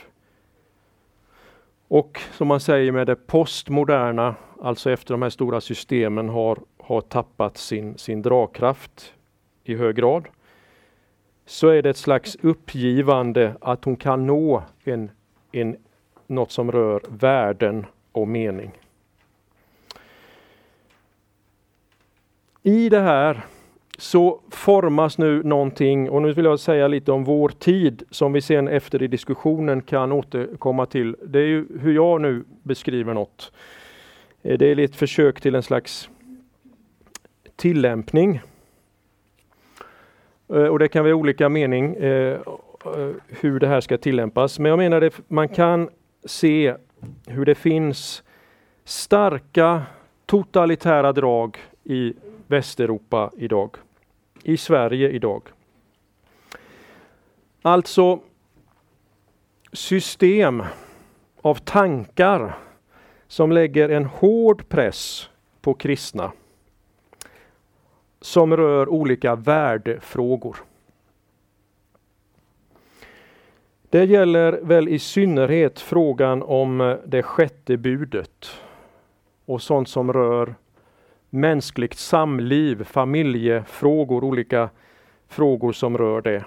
B: Och som man säger med det postmoderna, alltså efter de här stora systemen har, har tappat sin, sin dragkraft i hög grad, så är det ett slags uppgivande att hon kan nå en, en, något som rör värden och mening. I det här så formas nu någonting, och nu vill jag säga lite om vår tid som vi sen efter i diskussionen kan återkomma till. Det är ju hur jag nu beskriver något. Det är ett försök till en slags tillämpning. Och det kan vara olika mening eh, hur det här ska tillämpas. Men jag menar att man kan se hur det finns starka totalitära drag i Västeuropa idag. I Sverige idag. Alltså system av tankar som lägger en hård press på kristna. Som rör olika värdefrågor. Det gäller väl i synnerhet frågan om det sjätte budet. Och sånt som rör mänskligt samliv, familjefrågor, olika frågor som rör det.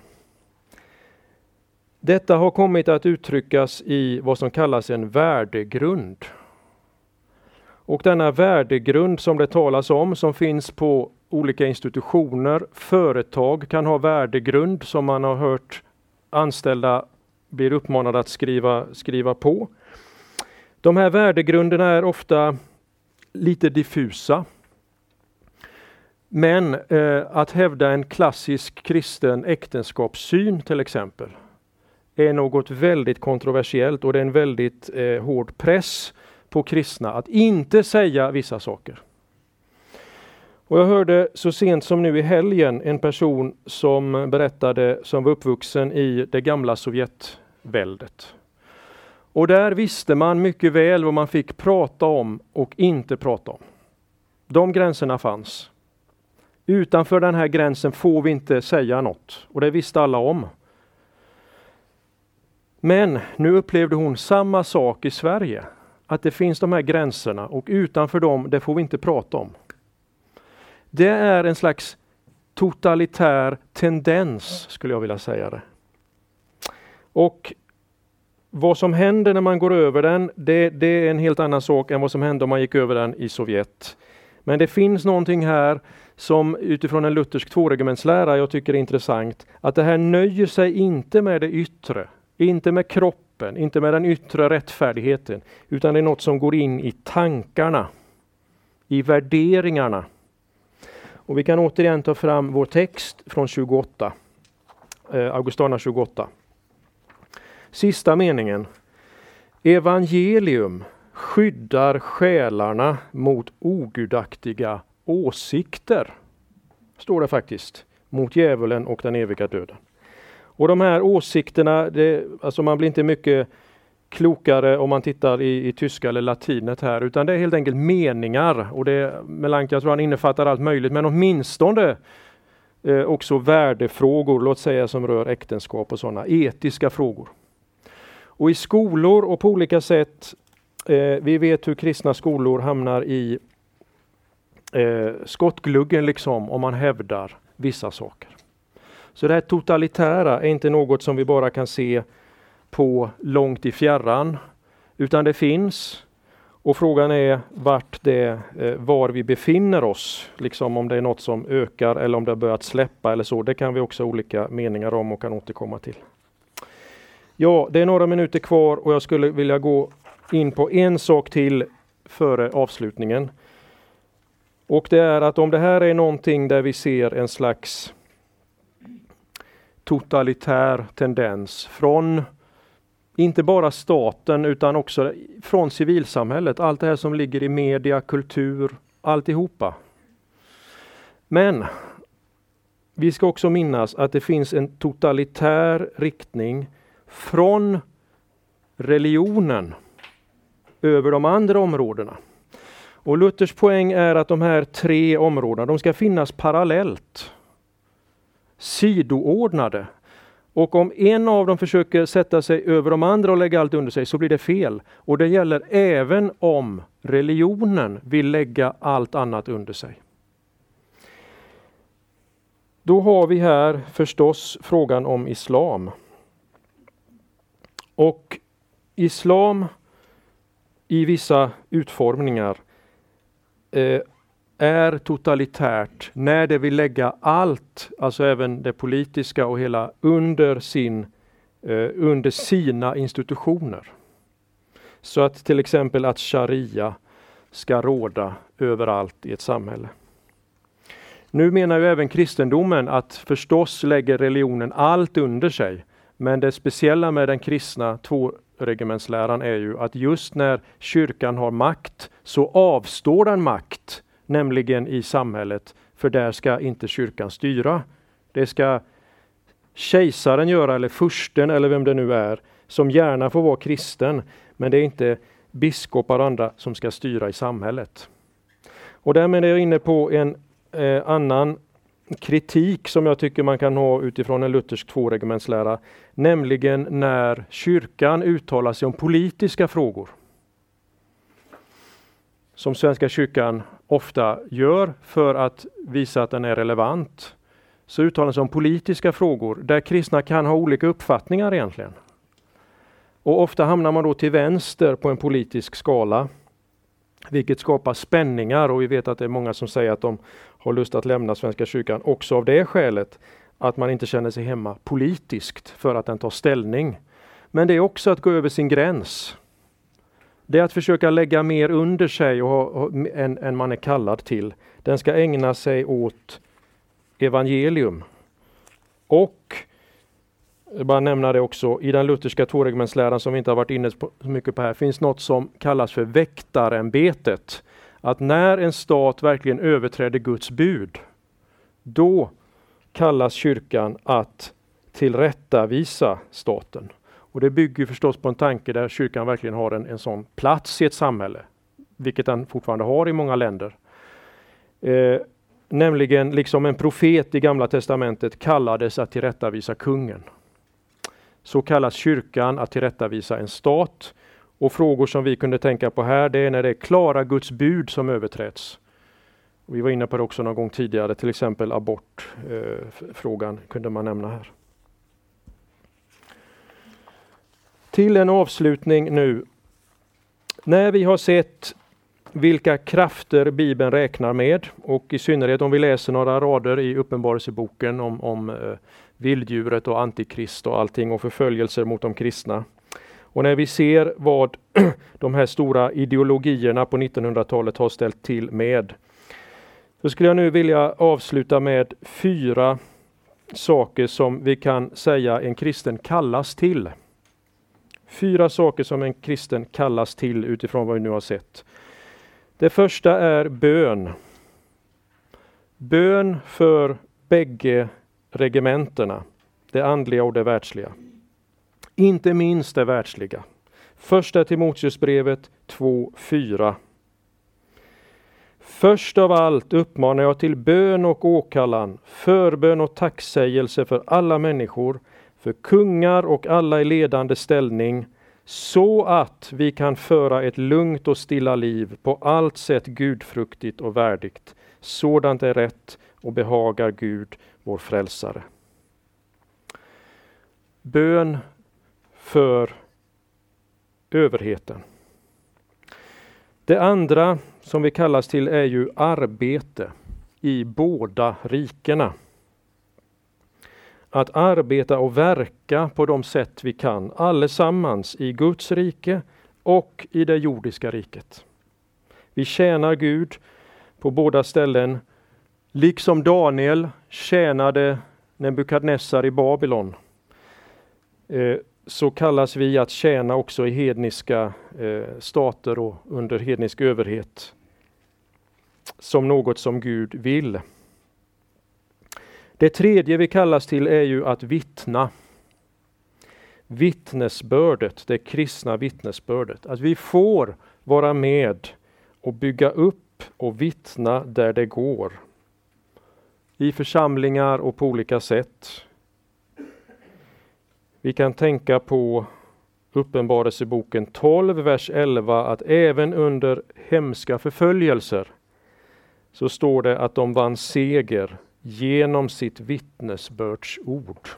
B: Detta har kommit att uttryckas i vad som kallas en värdegrund. Och denna värdegrund som det talas om, som finns på olika institutioner, företag kan ha värdegrund som man har hört anställda blir uppmanade att skriva, skriva på. De här värdegrunderna är ofta lite diffusa. Men eh, att hävda en klassisk kristen äktenskapssyn till exempel är något väldigt kontroversiellt, och det är en väldigt eh, hård press på kristna att inte säga vissa saker. Och jag hörde så sent som nu i helgen en person som berättade, som var uppvuxen i det gamla Sovjetväldet. Och där visste man mycket väl vad man fick prata om och inte prata om. De gränserna fanns. Utanför den här gränsen får vi inte säga något. Och det visste alla om. Men nu upplevde hon samma sak i Sverige. Att det finns de här gränserna och utanför dem, det får vi inte prata om. Det är en slags totalitär tendens, skulle jag vilja säga det. Och vad som händer när man går över den, det, det är en helt annan sak än vad som hände om man gick över den i Sovjet. Men det finns någonting här som utifrån en luthersk tvåregementslära jag tycker är intressant. Att det här nöjer sig inte med det yttre, inte med kroppen, inte med den yttre rättfärdigheten, utan det är något som går in i tankarna, i värderingarna. Och vi kan återigen ta fram vår text från tjugoåtta, eh, Augustana tjugoåtta. Sista meningen. Evangelium skyddar själarna mot ogudaktiga åsikter. Står det faktiskt. Mot djävulen och den eviga döden. Och de här åsikterna, det, alltså man blir inte mycket klokare om man tittar i, i tyska eller latinet här, utan det är helt enkelt meningar. Och det, Melanchthon, jag tror han innefattar allt möjligt, men åtminstone eh, också värdefrågor, låt säga som rör äktenskap och sådana, etiska frågor. Och i skolor och på olika sätt, eh, vi vet hur kristna skolor hamnar i eh, skottgluggen liksom, om man hävdar vissa saker. Så det här totalitära är inte något som vi bara kan se på långt i fjärran, utan det finns. Och frågan är vart det, eh, var vi befinner oss, liksom om det är något som ökar eller om det har börjat släppa eller så. Det kan vi också ha olika meningar om och kan återkomma till. Ja, det är några minuter kvar och jag skulle vilja gå in på en sak till före avslutningen. Och det är att om det här är någonting där vi ser en slags totalitär tendens från inte bara staten utan också från civilsamhället. Allt det här som ligger i media, kultur, alltihopa. Men vi ska också minnas att det finns en totalitär riktning från religionen över de andra områdena. Och Luthers poäng är att de här tre områdena, de ska finnas parallellt. Sidoordnade. Och om en av dem försöker sätta sig över de andra och lägga allt under sig så blir det fel. Och det gäller även om religionen vill lägga allt annat under sig. Då har vi här förstås frågan om islam. Och islam i vissa utformningar eh, är totalitärt när det vill lägga allt, alltså även det politiska och hela, under, sin, eh, under sina institutioner. Så att till exempel att sharia ska råda överallt i ett samhälle. Nu menar ju även kristendomen att förstås lägger religionen allt under sig. Men det speciella med den kristna tvåregementsläran är ju att just när kyrkan har makt så avstår den makt, nämligen i samhället, för där ska inte kyrkan styra. Det ska kejsaren göra, eller fursten eller vem det nu är, som gärna får vara kristen, men det är inte biskopar och andra som ska styra i samhället. Och därmed är jag inne på en eh, annan kritik som jag tycker man kan ha utifrån en luthersk tvåregementslära, nämligen när kyrkan uttalar sig om politiska frågor. Som Svenska kyrkan ofta gör för att visa att den är relevant, så uttalar den sig om politiska frågor där kristna kan ha olika uppfattningar egentligen. Och ofta hamnar man då till vänster på en politisk skala, vilket skapar spänningar, och vi vet att det är många som säger att de har lust att lämna Svenska kyrkan också av det skälet att man inte känner sig hemma politiskt för att den tar ställning. Men det är också att gå över sin gräns. Det är att försöka lägga mer under sig och ha, än, än man är kallad till. Den ska ägna sig åt evangelium. Och, jag bara nämna det också, i den lutherska tvåregementsläran som vi inte har varit inne på så mycket på här, finns något som kallas för väktarämbetet. Att när en stat verkligen överträder Guds bud, då kallas kyrkan att tillrättavisa staten. Och Och det bygger förstås på en tanke där kyrkan verkligen har en, en sån plats i ett samhälle, vilket den fortfarande har i många länder. Eh, nämligen liksom en profet i Gamla testamentet kallades att tillrättavisa kungen. Så kallas kyrkan att tillrättavisa en stat. Och frågor som vi kunde tänka på här, det är när det är klara Guds bud som överträds. Och vi var inne på det också någon gång tidigare, till exempel abortfrågan eh, kunde man nämna här. Till en avslutning nu. När vi har sett vilka krafter Bibeln räknar med, och i synnerhet om vi läser några rader i Uppenbarelseboken om, om eh, vilddjuret och antikrist och allting och förföljelser mot de kristna. Och när vi ser vad de här stora ideologierna på nittonhundratalet har ställt till med, så skulle jag nu vilja avsluta med fyra saker som vi kan säga en kristen kallas till. Fyra saker som en kristen kallas till utifrån vad vi nu har sett. Det första är bön. Bön för bägge regementerna, det andliga och det världsliga. Inte minst det världsliga. Första Timoteusbrevet två fyra. Först av allt uppmanar jag till bön och åkallan, förbön och tacksägelse för alla människor, för kungar och alla i ledande ställning, så att vi kan föra ett lugnt och stilla liv, på allt sätt gudfruktigt och värdigt. Sådant är rätt och behagar Gud, vår frälsare. Bön för överheten. Det andra som vi kallas till är ju arbete i båda rikena. Att arbeta och verka på de sätt vi kan, allesammans i Guds rike och i det jordiska riket. Vi tjänar Gud på båda ställen, liksom Daniel tjänade Nebukadnessar i Babylon. Eh, så kallas vi att tjäna också i hedniska eh, stater och under hednisk överhet, som något som Gud vill. Det tredje vi kallas till är ju att vittna. Vittnesbördet, det kristna vittnesbördet. Att vi får vara med och bygga upp och vittna där det går. I församlingar och på olika sätt. Vi kan tänka på Uppenbarelseboken tolv, vers elva, att även under hemska förföljelser så står det att de vann seger genom sitt vittnesbördsord.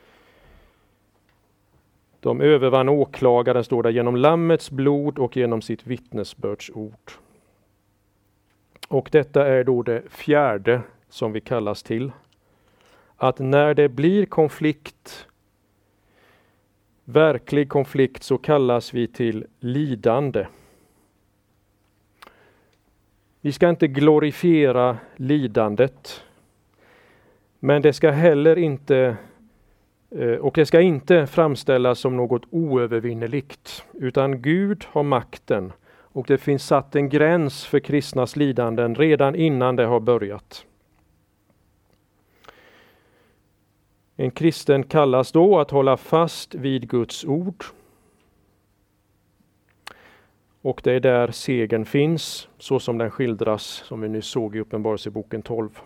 B: De övervann åklagaren, står det, genom lammets blod och genom sitt vittnesbördsord. Och detta är då det fjärde som vi kallas till. Att när det blir konflikt, verklig konflikt, så kallas vi till lidande. Vi ska inte glorifiera lidandet. Men det ska heller inte, och det ska inte framställas som något oövervinneligt, utan Gud har makten och det finns satt en gräns för kristnas lidanden redan innan det har börjat. En kristen kallas då att hålla fast vid Guds ord. Och det är där segern finns, så som den skildras, som vi nyss såg i Uppenbarelseboken tolv.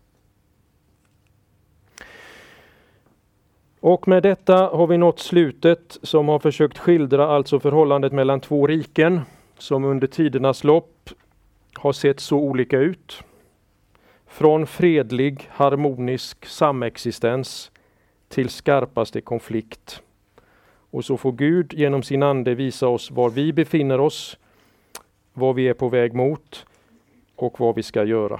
B: Och med detta har vi nått slutet, som har försökt skildra alltså förhållandet mellan två riken som under tidernas lopp har sett så olika ut. Från fredlig, harmonisk samexistens till skarpaste konflikt. Och så får Gud genom sin ande visa oss var vi befinner oss, vad vi är på väg mot och vad vi ska göra.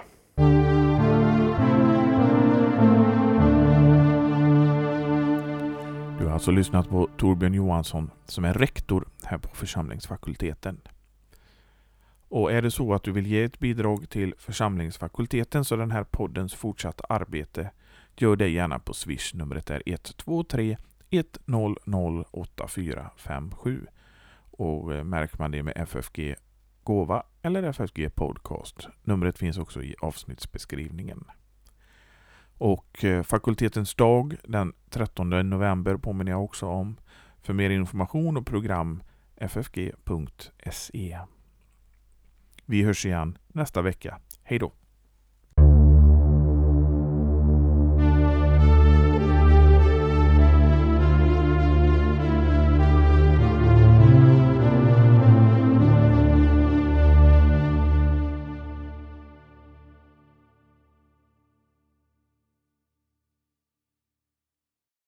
A: Du har alltså lyssnat på Torbjörn Johansson som är rektor här på församlingsfakulteten. Och är det så att du vill ge ett bidrag till församlingsfakulteten så den här poddens fortsatta arbete, gör det gärna på Swish. Numret är ett två tre ett noll noll åtta fyra fem sju. Och märker man det med F F G Gåva eller F F G Podcast. Numret finns också i avsnittsbeskrivningen. Och fakultetens dag den trettonde november påminner jag också om. För mer information och program f f g punkt se. Vi hörs igen nästa vecka. Hej då!